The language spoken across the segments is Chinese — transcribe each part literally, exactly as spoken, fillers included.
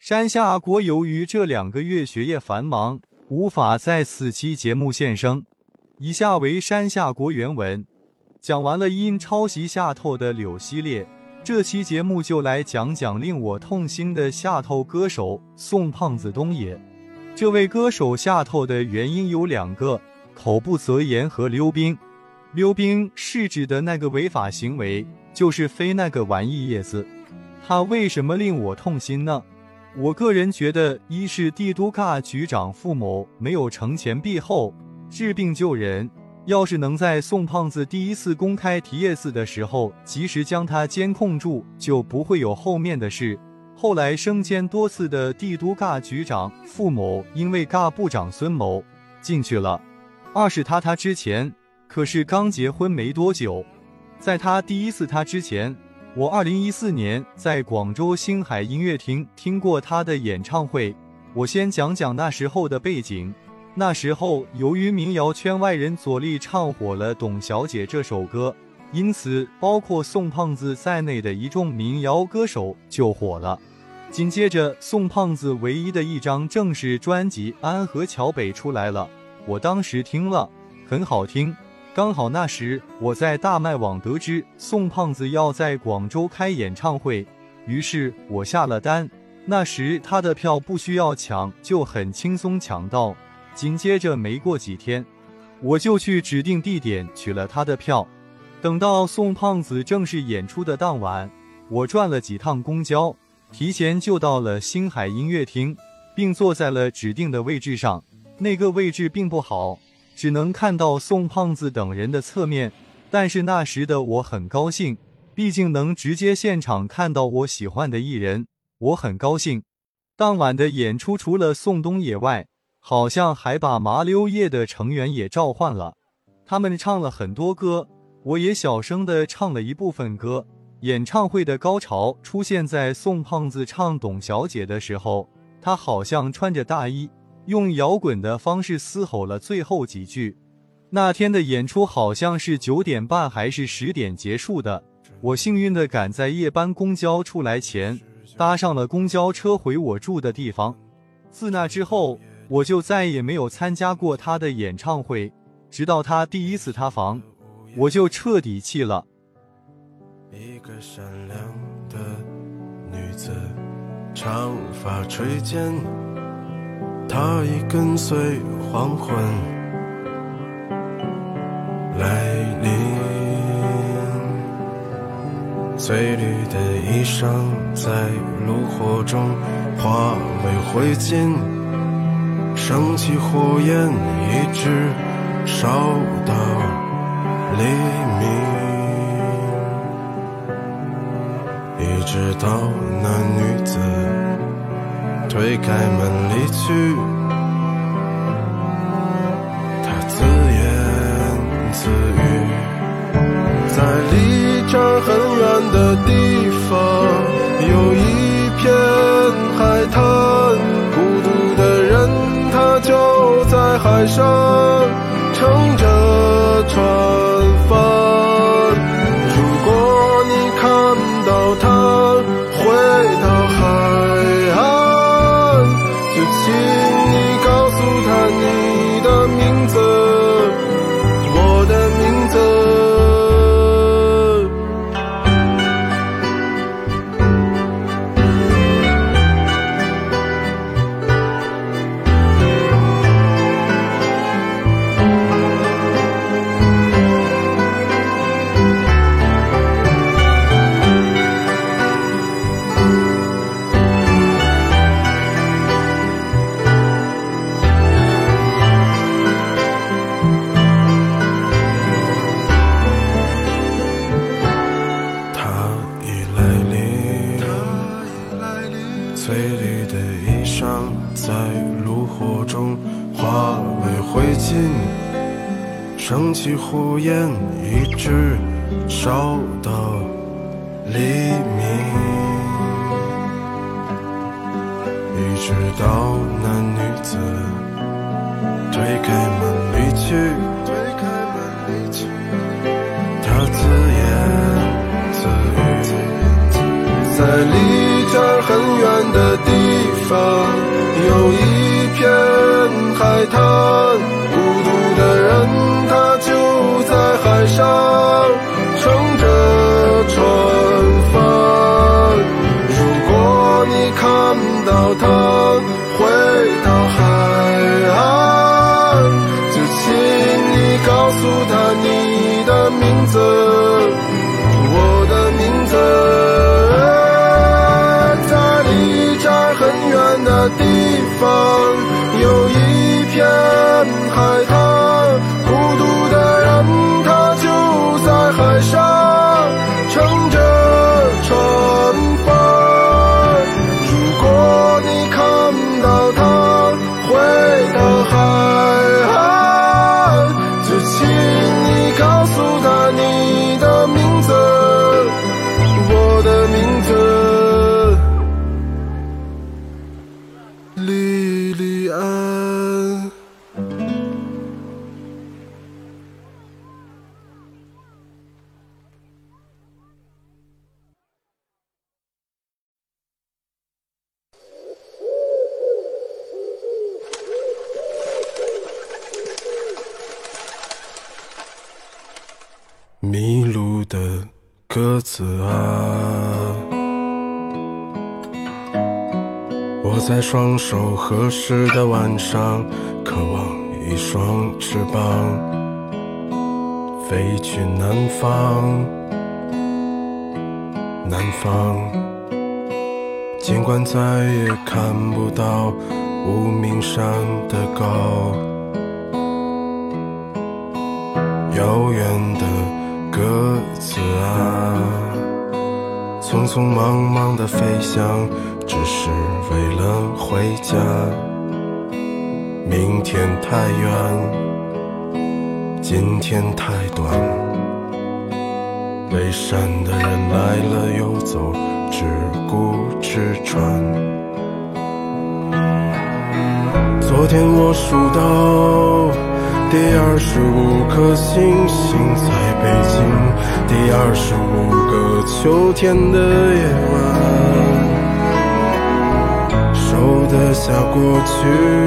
山下国由于这两个月学业繁忙，无法在此期节目现身。以下为山下国原文。讲完了因抄袭下透的柳系列，这期节目就来讲讲令我痛心的下透歌手宋胖子东野。这位歌手下透的原因有两个：口不择言和溜冰。溜冰是指的那个违法行为，就是飞那个玩意叶子。他为什么令我痛心呢？我个人觉得，一是帝都噶局长傅某没有惩前毖后，治病救人。要是能在宋胖子第一次公开提叶子的时候及时将他监控住，就不会有后面的事。后来升迁多次的帝都噶局长傅某因为噶部长孙某进去了。二是他他之前可是刚结婚没多久，在他第一次他之前，我二零一四年在广州星海音乐厅听过他的演唱会。我先讲讲那时候的背景。那时候由于民谣圈外人左立唱火了《董小姐》这首歌，因此包括宋胖子在内的一众民谣歌手就火了。紧接着宋胖子唯一的一张正式专辑《安河桥北》出来了，我当时听了很好听。刚好那时我在大麦网得知宋胖子要在广州开演唱会，于是我下了单。那时他的票不需要抢，就很轻松抢到。紧接着没过几天，我就去指定地点取了他的票。等到宋胖子正式演出的当晚，我转了几趟公交，提前就到了星海音乐厅，并坐在了指定的位置上。那个位置并不好，只能看到宋胖子等人的侧面，但是那时的我很高兴，毕竟能直接现场看到我喜欢的艺人，我很高兴。当晚的演出除了宋冬野外，好像还把麻溜叶的成员也召唤了，他们唱了很多歌，我也小声地唱了一部分歌。演唱会的高潮出现在宋胖子唱《董小姐》的时候，他好像穿着大衣，用摇滚的方式嘶吼了最后几句。那天的演出好像是九点半还是十点结束的，我幸运地赶在夜班公交出来前搭上了公交车回我住的地方。自那之后我就再也没有参加过他的演唱会，直到他第一次塌房，我就彻底气了。 一个善良的女子，长发垂肩，她已跟随黄昏来临，翠绿的衣裳在炉火中化为灰烬，升起火焰，一直烧到黎明，一直到那女子推开门离去。她自言自语，在离这儿很远的地方有一片海滩，孤独的人他就在海上乘着船帆，如果你看到他回到海岸，就请你告诉他你的名字，我的名字。翠绿的衣裳在炉火中化为灰烬，升起火焰，一直烧到黎明，一直到那女子推开门离去。她自言自语，在离这儿很远的地方到他回到海岸，就请你告诉他你的名字，我的名字。在离这儿很远的地方，有一片海滩，孤独的人他就在海上乘着船帆。如果你看到他回到海岸，就请你告诉他你的名字，我的名字。莉莉安。迷路的鸽子啊，我在双手合十的晚上，渴望一双翅膀，飞去南方。南方，尽管再也看不到无名山的高，遥远的鸽子啊，匆匆忙忙的飞翔，只是为了回家。明天太远，今天太短，背山的人来了又走，只顾吃穿。昨天我数到第二十五颗星星在北京，第二十五个秋天的夜晚，收得下过去，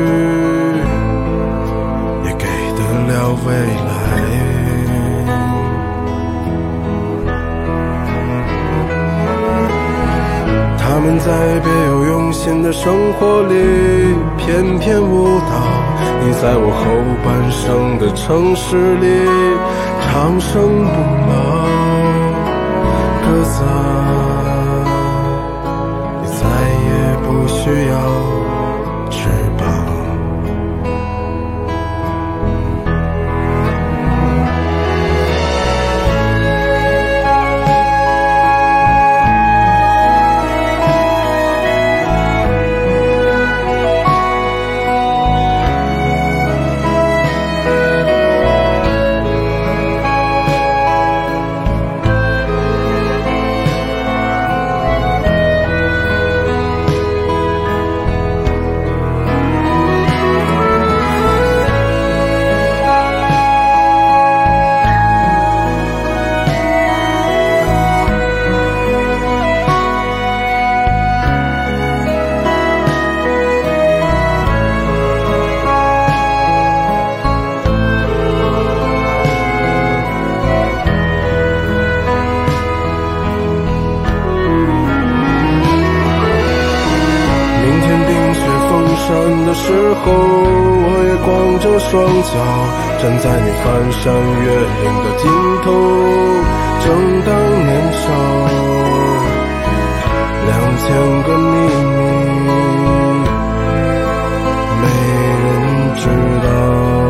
也给得了未来。他们在别有用心的生活里翩翩舞蹈，你在我后半生的城市里长生不老。鸽子啊，你再也不需要翅膀。的时候，我也光着双脚站在你翻山越岭的尽头，正当年少，两千个秘密没人知道。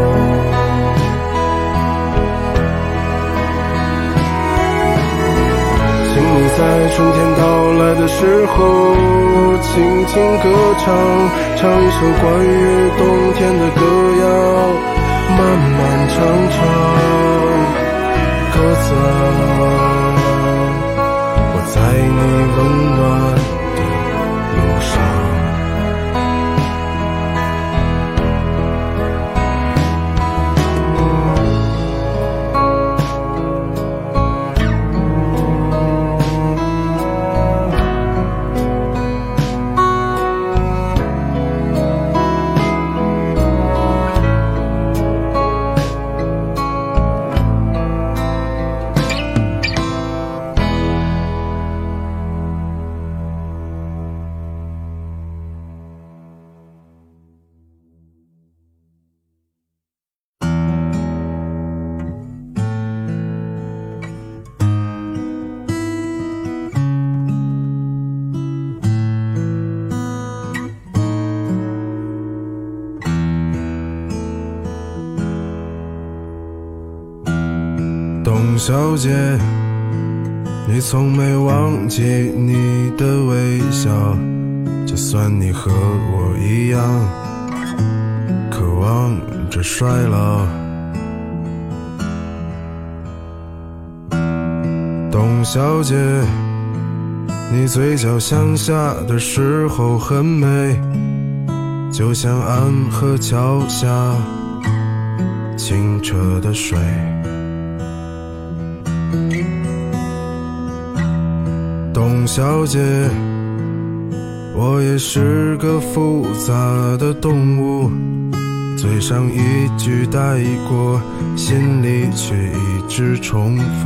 请你在春天到来的时候轻轻歌唱，唱一首关于冬天的歌谣，漫漫长长。鸽子啊，我在你温暖的路上。 董小姐，你从没忘记你的微笑，就算你和我一样渴望着衰老。董小姐，你嘴角向下的时候很美，就像安河桥下清澈的水。董小姐，我也是个复杂的动物，嘴上一句带过，心里却一直重复。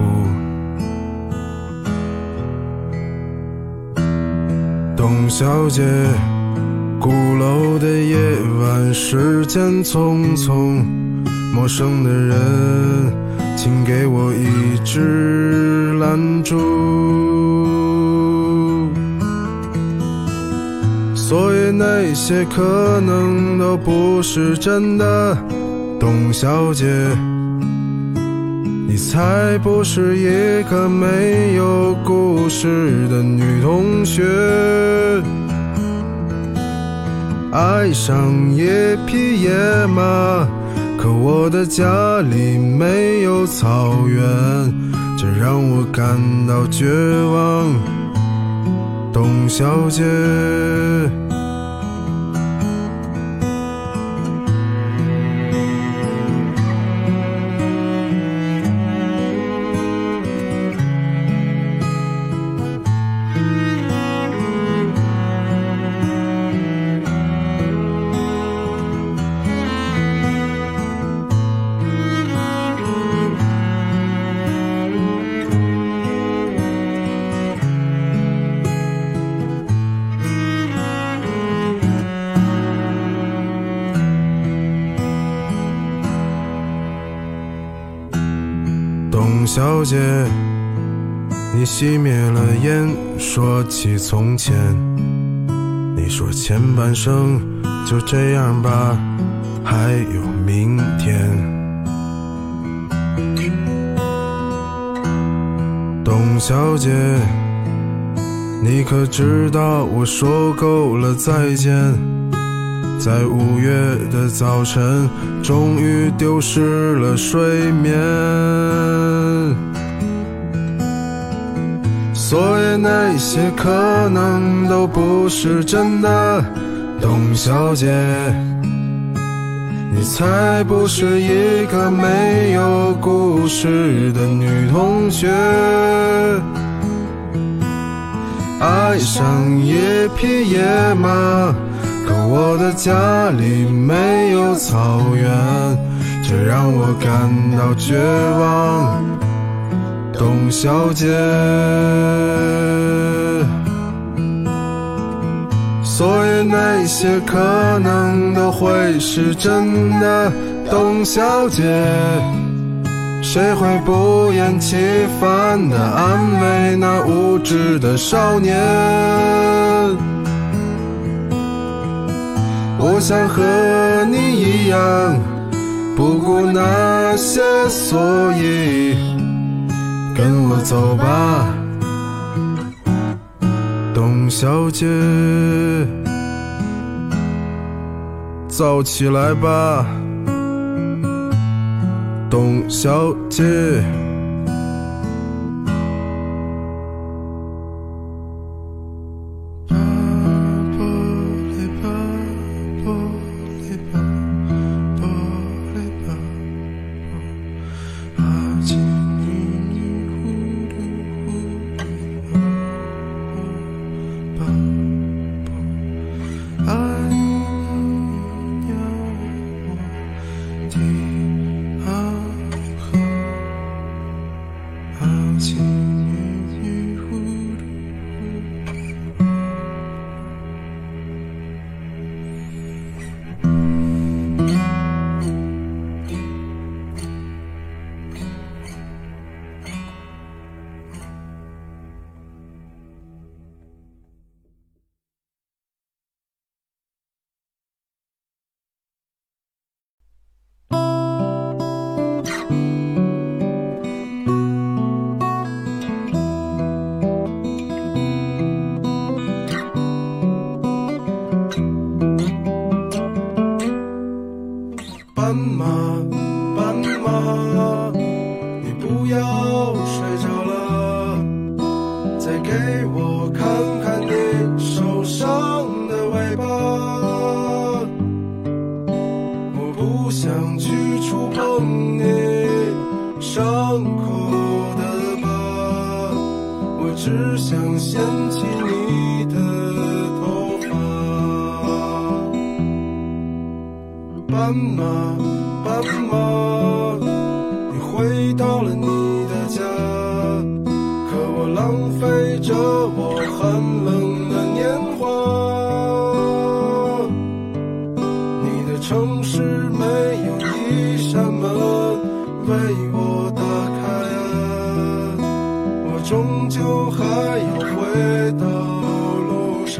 董小姐，鼓楼的夜晚，时间匆匆，陌生的人，请给我一支蜡烛。所以那些可能都不是真的，董小姐，你才不是一个没有故事的女同学。爱上一匹野马，可我的家里没有草原，这让我感到绝望。董小姐，董小姐，你熄灭了烟，说起从前，你说前半生就这样吧，还有明天。董小姐，你可知道我说够了再见，在五月的早晨，终于丢失了睡眠。所以那些可能都不是真的，董小姐，你才不是一个没有故事的女同学。爱上一匹野马，可我的家里没有草原，这让我感到绝望。董小姐，所以那些可能都会是真的，董小姐，谁会不厌其烦地安慰那无知的少年？我想和你一样，不顾那些所以，跟我走吧，董小姐，燥起来吧，董小姐。 斑马，斑马，你不要睡着了，再给我看看你受伤的尾巴。我不想去触碰你伤口的疤，我只想掀起你的头发。斑马，斑马，你回到了你的家，可我浪费着我寒冷的年华。你的城市没有一扇门为我打开，我终究还要回到路上。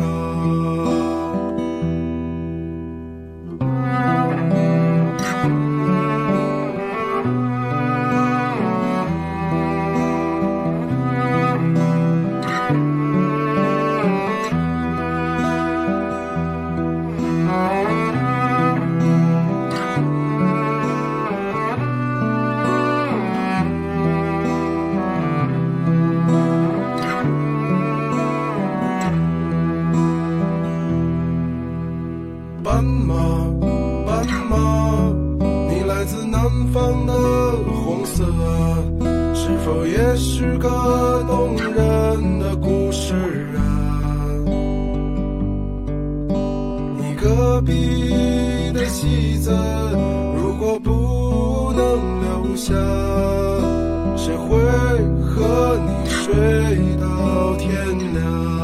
斑马，斑马，你来自南方的红色啊，是否也是个动人的故事啊？你隔壁的妻子，如果不能留下，谁会和你睡到天亮？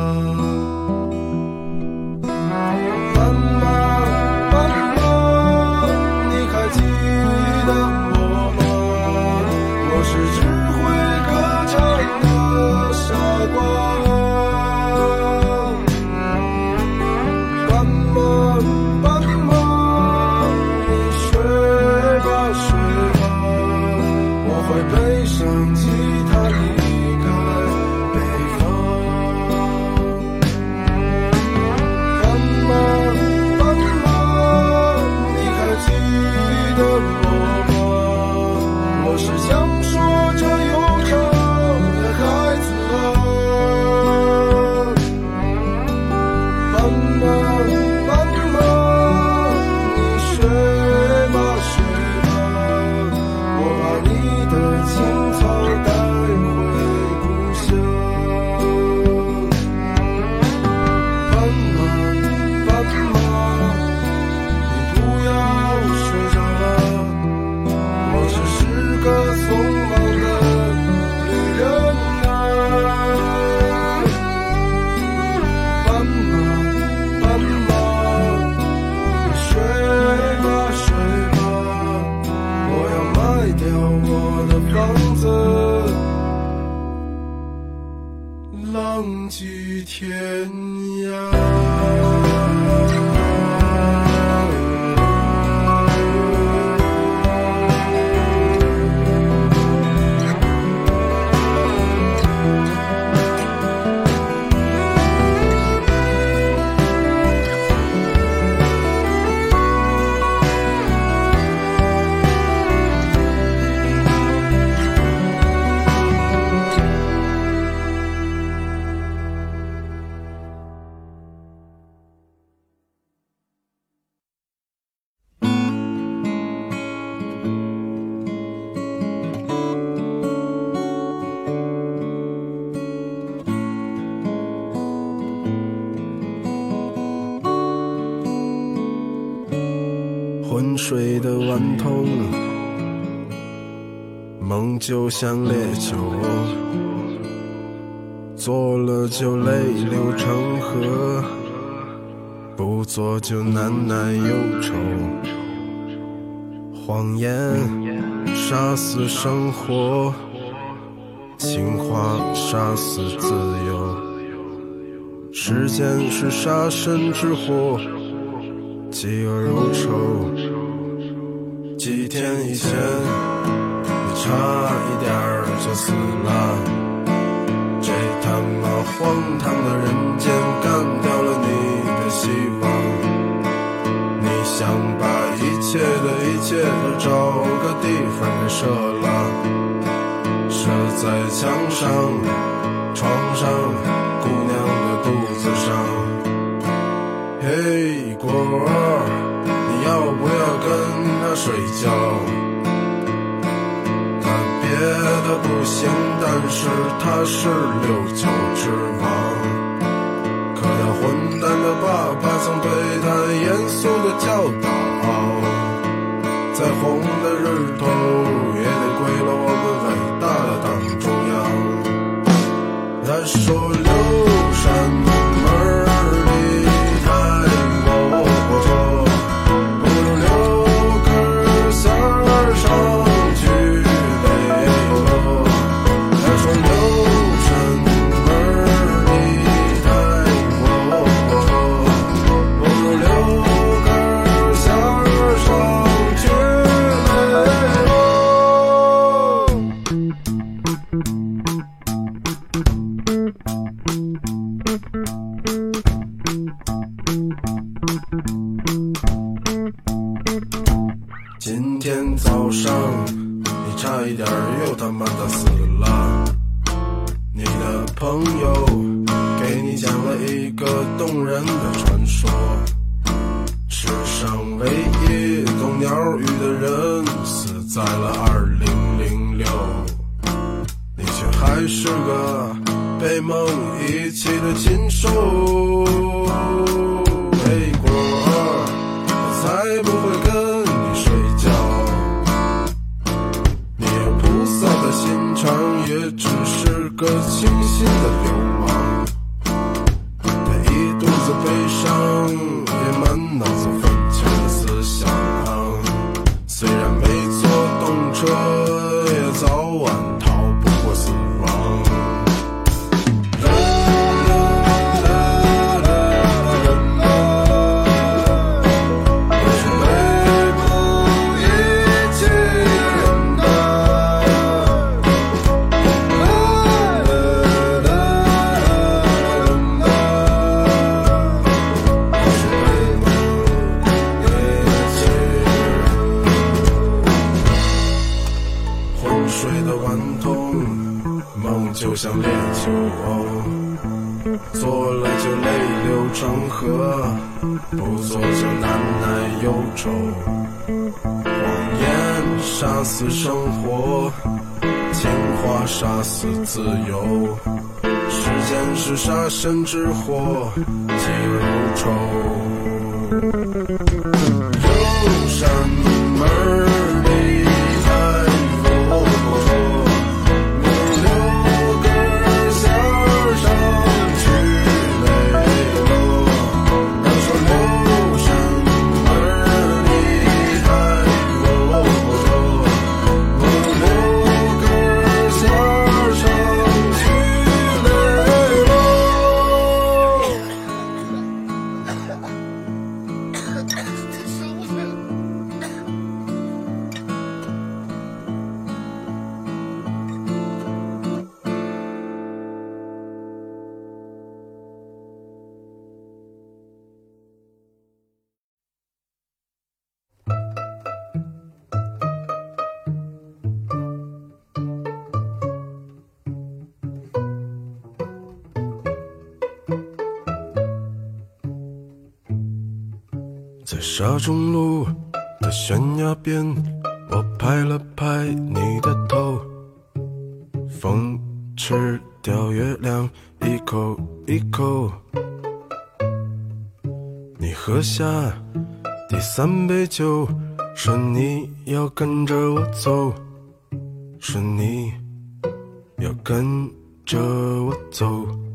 浪迹天涯。昏睡的顽童，梦就像烈酒，做了就泪流成河，不做就难耐忧愁。谎言杀死生活，情话杀死自由。时间是杀身之祸，嫉恶如仇。几天以前你差一点就死了，这他妈荒唐的人间干掉了你的希望。你想把一切的一切都找个地方给射了，射在墙上、床上、姑娘的肚子上。嘿，果儿，你要不要跟他睡觉？他别的不行，但是他是六九之王。可他混蛋的爸爸曾对他严肃的教导，再红的日头也得归了我们伟大的党中央。他说六扇门里太落魄，不如留根线儿上去磊落。他说六扇门里太落魄，不如留根线儿上去磊落。今天早上你差一点又他妈的死了，你的朋友给你讲了一个动人的传说，世上唯一懂鸟语的人死在了二零零六，你却还是个被梦遗弃的禽兽。嘿，果儿，我才不会跟你睡觉，你有菩萨的心肠，也只是个清新的流氓。他一肚子悲伤，也满脑子愤青的思想，虽然没坐动车，也早晚逃不过死亡。就像烈酒，做了就泪流成河，不做就难耐忧愁。谎言杀死生活，情话杀死自由。时间是杀身之祸，记如仇。有扇门里太落魄，在沙中路的悬崖边，我拍了拍你的头，风吃掉月亮一口一口。你喝下第三杯酒，说你要跟着我走，说你要跟着我走。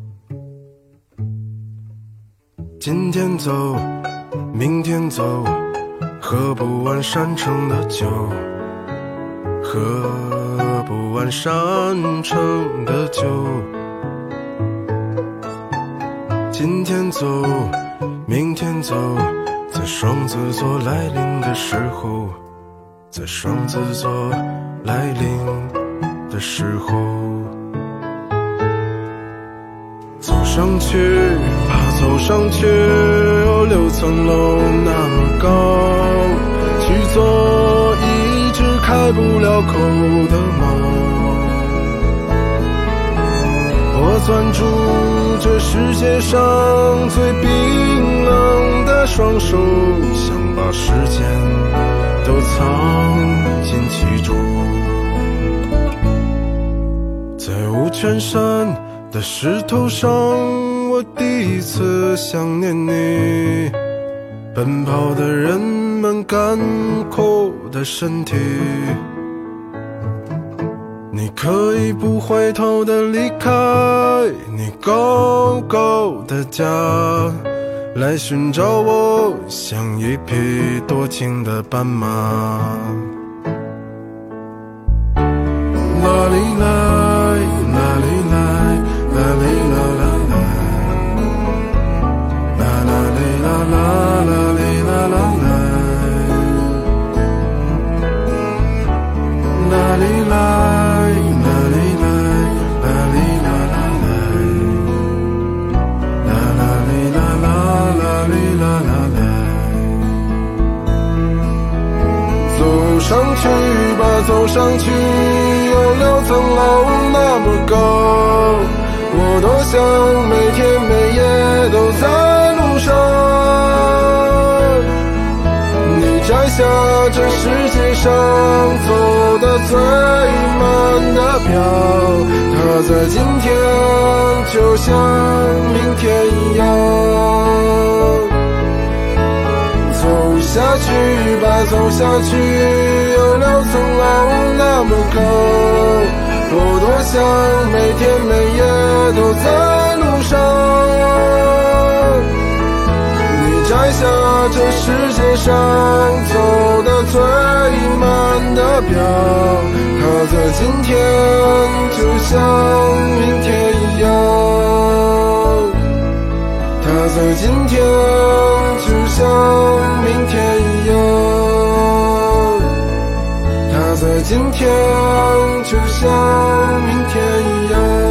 今天走明天走，喝不完山城的酒，喝不完山城的酒。今天走明天走，在双子座来临的时候，在双子座来临的时候，走上去啊走上去，有六层楼那么高， 开不了口的梦。我攥住这世界上最冰冷的双手，想把时间都藏进其中。在五泉山的石头上，我第一次想念你。奔跑的人们干枯的身体，你可以不回头的离开你高高的家，来寻找我，像一匹多情的斑马。啦哩啦，啦哩啦，啦哩啦啦啦，啦啦哩啦啦，啦哩啦啦啦，啦哩啦。走上去吧，走上去，有六层楼那么高，我多想每天每夜都在路上。你摘下这世界上走得最慢的表，它在今天就像明天一样。走下去吧，走下去，有六层楼那么高，我多想每天每夜都在路上。你摘下这世界上走得最慢的表，它在今天就像明天一样，它在今天就像明天一样，它在今天就像明天一样。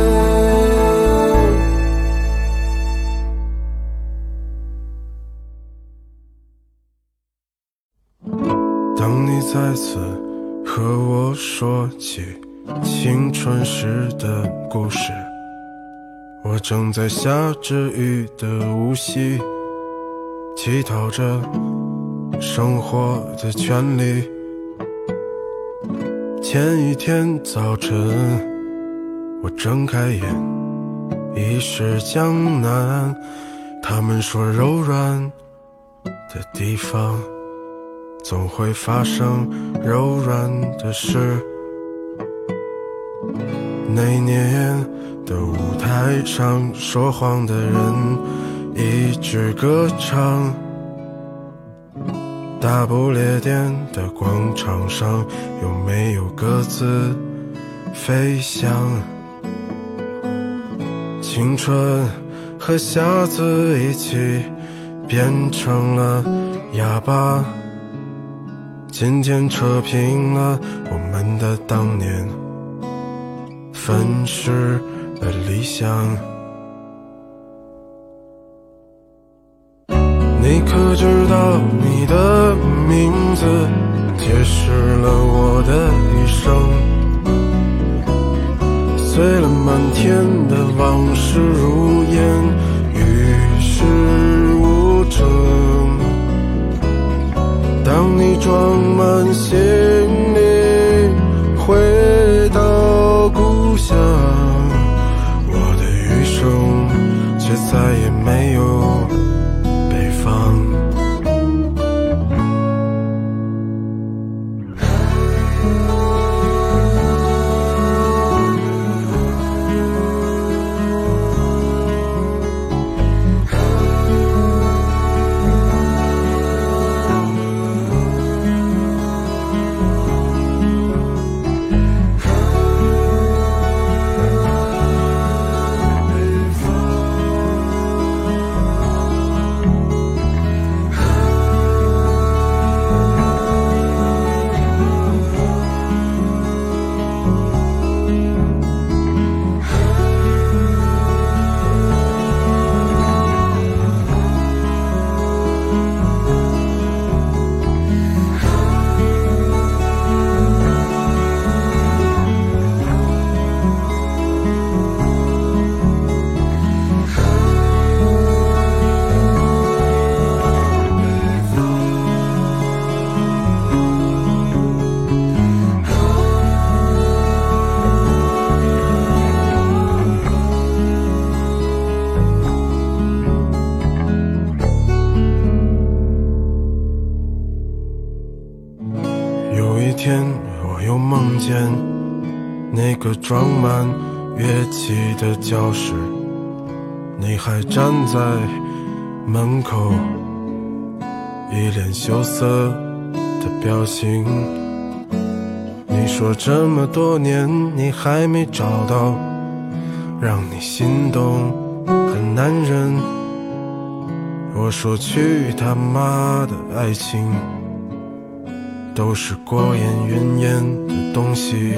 当你再次和我说起青春时的故事，我正在下着雨的无锡，乞讨着生活的权利。前一天早晨，我睁开眼，已是江南。他们说柔软的地方总会发生柔软的事。那年的舞台上，说谎的人一直歌唱，大不列颠的广场上，有没有鸽子飞翔？青春和瞎子一起变成了哑巴，今天扯平了我们的当年，粉饰的理想。你可知道你的名字解释了我的一生，碎了满天的往事如烟，与世无争。当你装满行李回到故乡，我的余生却再也没有北方。 天我又梦见那个装满乐器的教室，你还站在门口，一脸羞涩的表情。你说这么多年你还没找到让你心动的男人，我说去他妈的爱情都是过眼云烟的东西。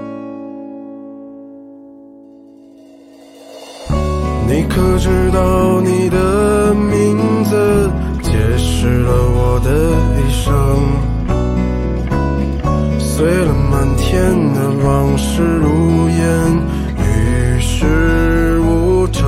你可知道你的名字解释了我的一生，碎了满天的往事如烟，与世无争。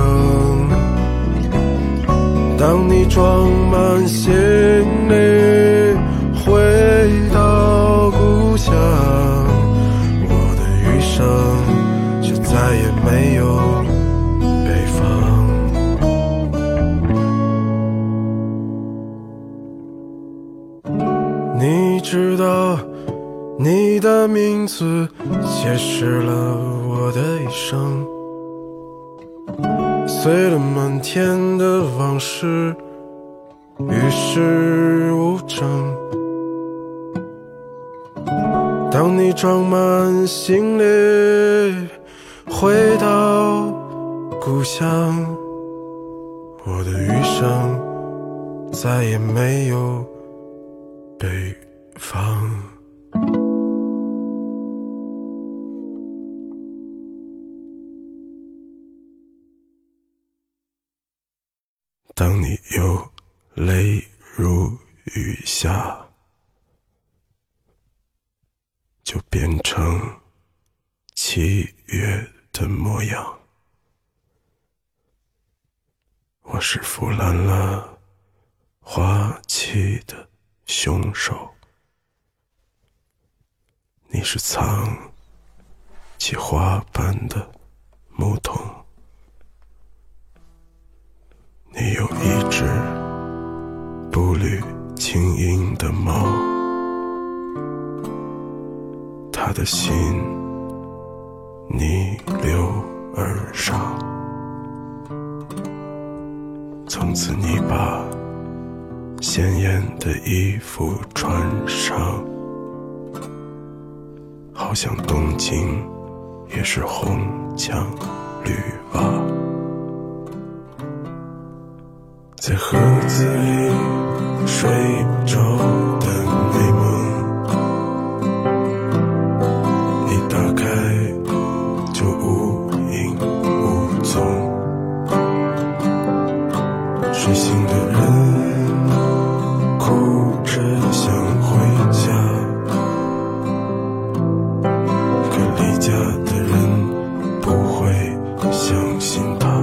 当你装满行李回到故乡，我的余生却再也没有北方。你知道你的名字解释了我的一生，碎了满天的往事，与世无争。当你装满行李回到故乡，我的余生再也没有北方。当你又泪如雨下，就变成七月的模样。我是腐烂了花期的凶手，你是藏起花瓣的牧童。你有一只步履轻盈的猫，它的心逆流而上。从此你把鲜艳的衣服穿上，好像东京也是红墙绿瓦。在盒子里睡着的美梦，一打开就无影无踪。睡醒的人哭着想回家，可离家的人不会相信他。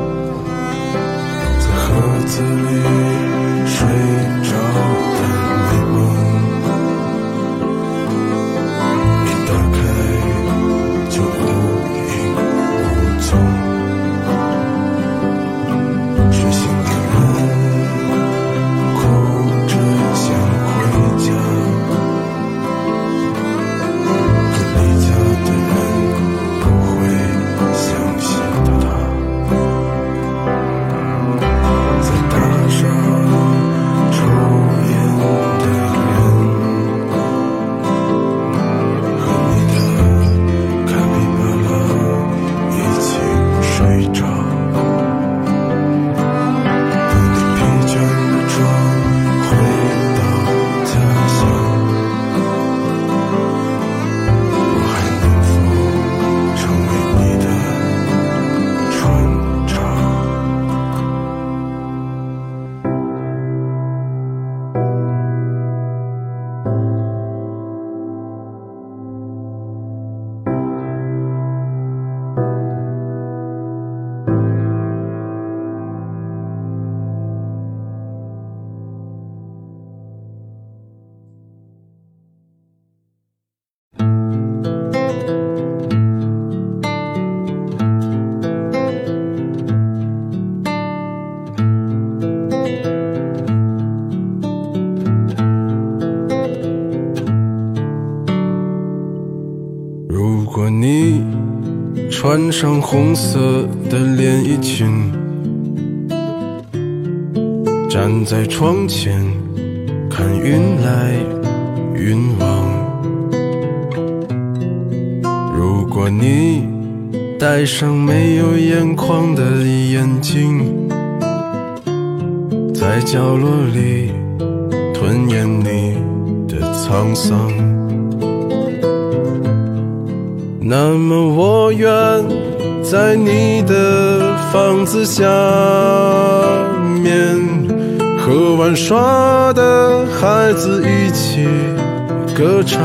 子里睡着的穿上红色的连衣裙，站在窗前看云来云往。如果你戴上没有眼眶的眼睛，在角落里吞咽你的沧桑，那么我愿在你的房子下面，和玩耍的孩子一起歌唱。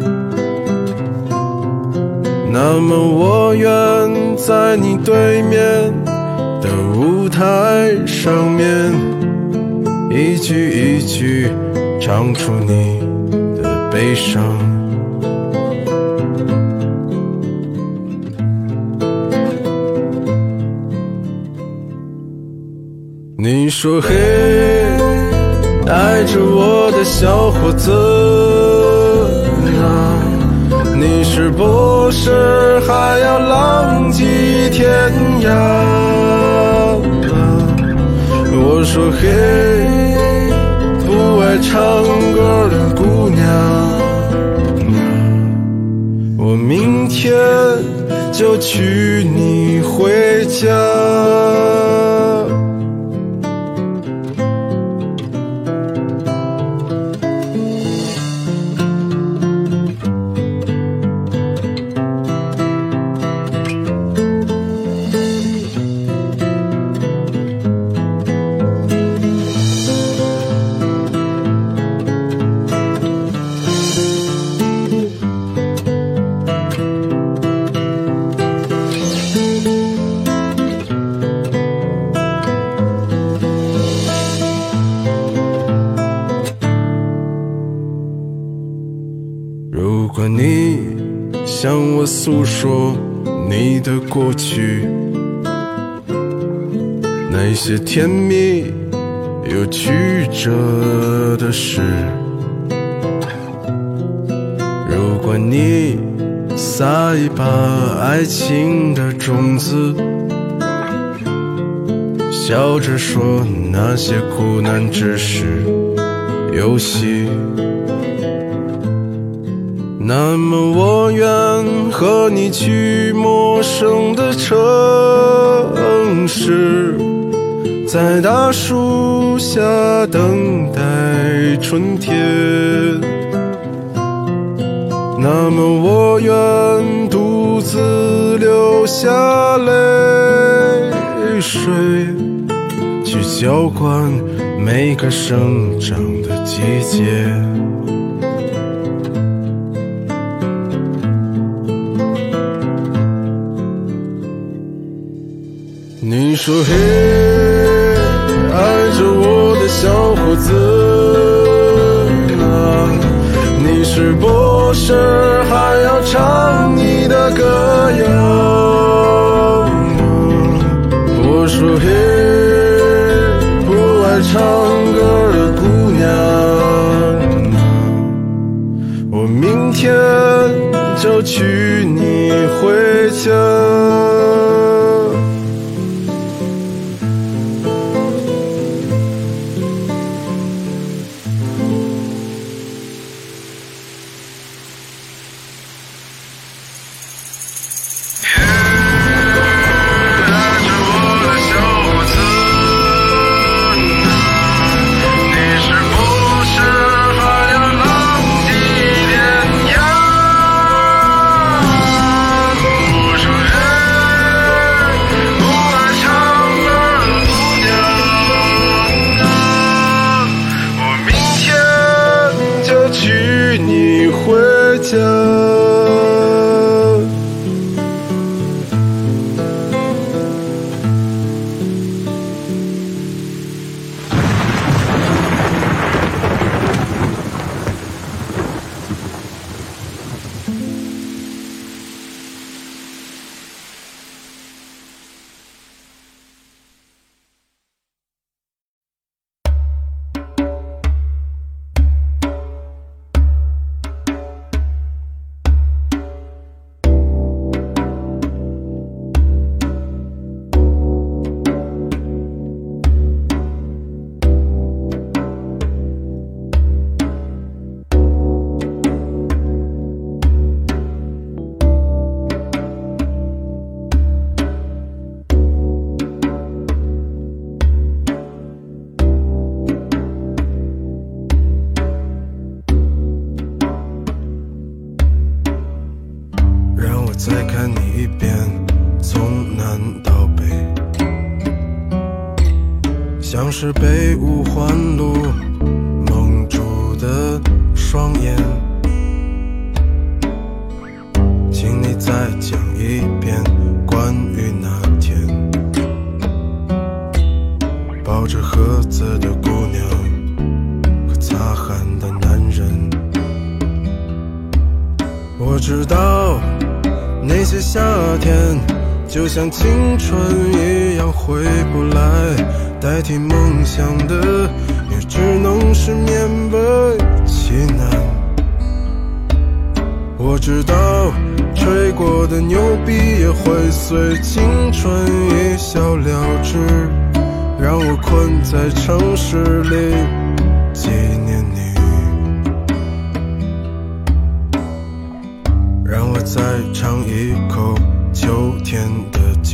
那么我愿在你对面的舞台上面，一句一句唱出你的悲伤。你说嘿，爱着我的小伙子啊，你是不是还要浪迹天涯？我说嘿，不爱唱歌的姑娘，我明天就娶你回家。如果你向我诉说你的过去，那些甜蜜又曲折的事，如果你撒一把爱情的种子，笑着说那些苦难只是游戏，那么我愿和你去陌生的城市，在大树下等待春天。那么我愿独自流下泪水，去浇灌每个生长的季节。你说嘿，爱着我的小伙子啊，你是不是还要唱你的歌谣？我说嘿，不爱唱歌的姑娘，我明天就娶你回家。 再看你一遍，从南到北，像是被五环路蒙住的双眼。请你再讲一遍关于那天抱着盒子的姑娘和擦汗的男人。我知道那些夏天就像青春一样回不来，代替梦想的也只能是勉为其难。我知道吹过的牛逼也会随青春一笑了之，让我困在城市里纪念你，让我再尝一口秋天的酒，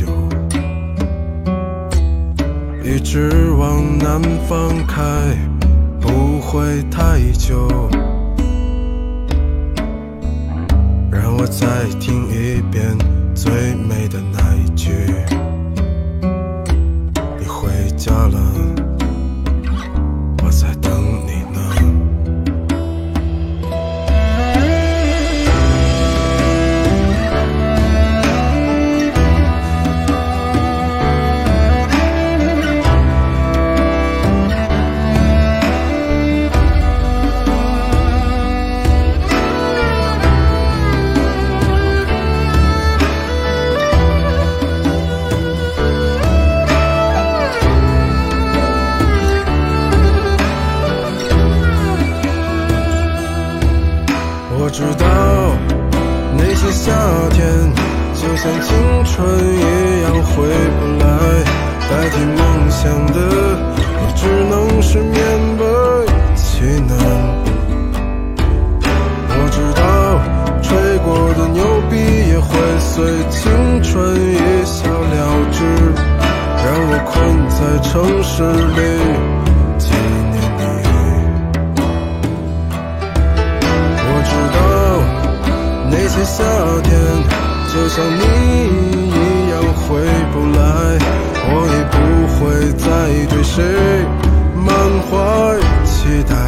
一直往南方开，不会太久。让我再听一遍最美的那一句，你回家了，我在等你呢。我知道那些夏天就像青春一样回不来，代替梦想的也只能是勉为其难。我知道吹过的牛逼也会随青春一笑了之，让我困在城市里纪念你。我知道那些夏天就像你一样回不来，我也不会再对谁满怀期待。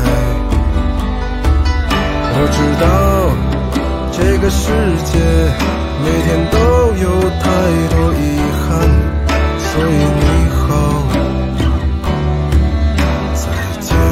我知道这个世界每天都有太多遗憾，所以你好，再见。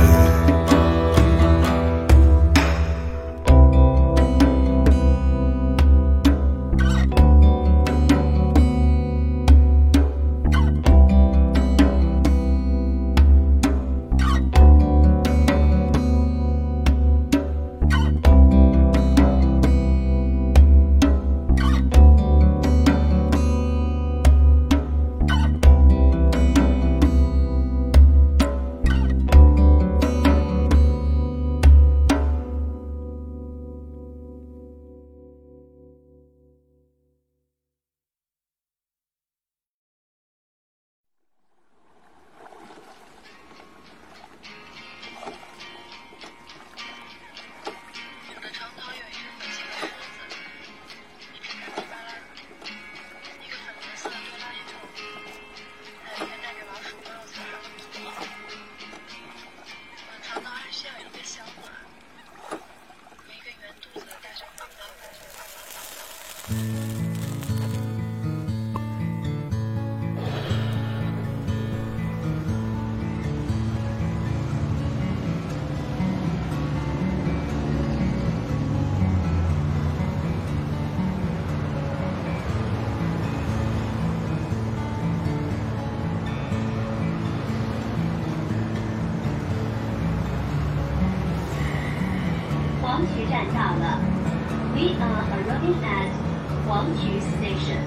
黄渠站到了 ，We are arriving at 黄渠 Station。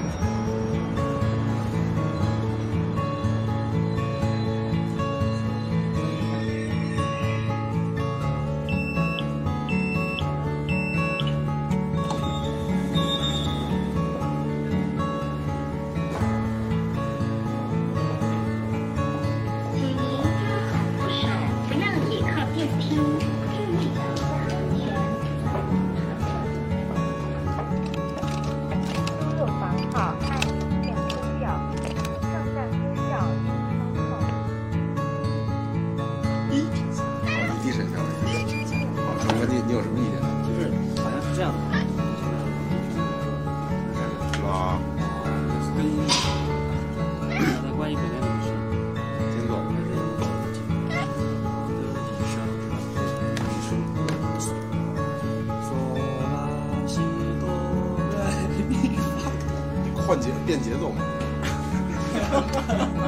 请您抓好扶手，不要倚靠电梯，注意脚下安全。 你有什么意见？ 就是好像是这样的， 是吧？ 跟刚才关于北面的事， 先走。换节变节奏嘛。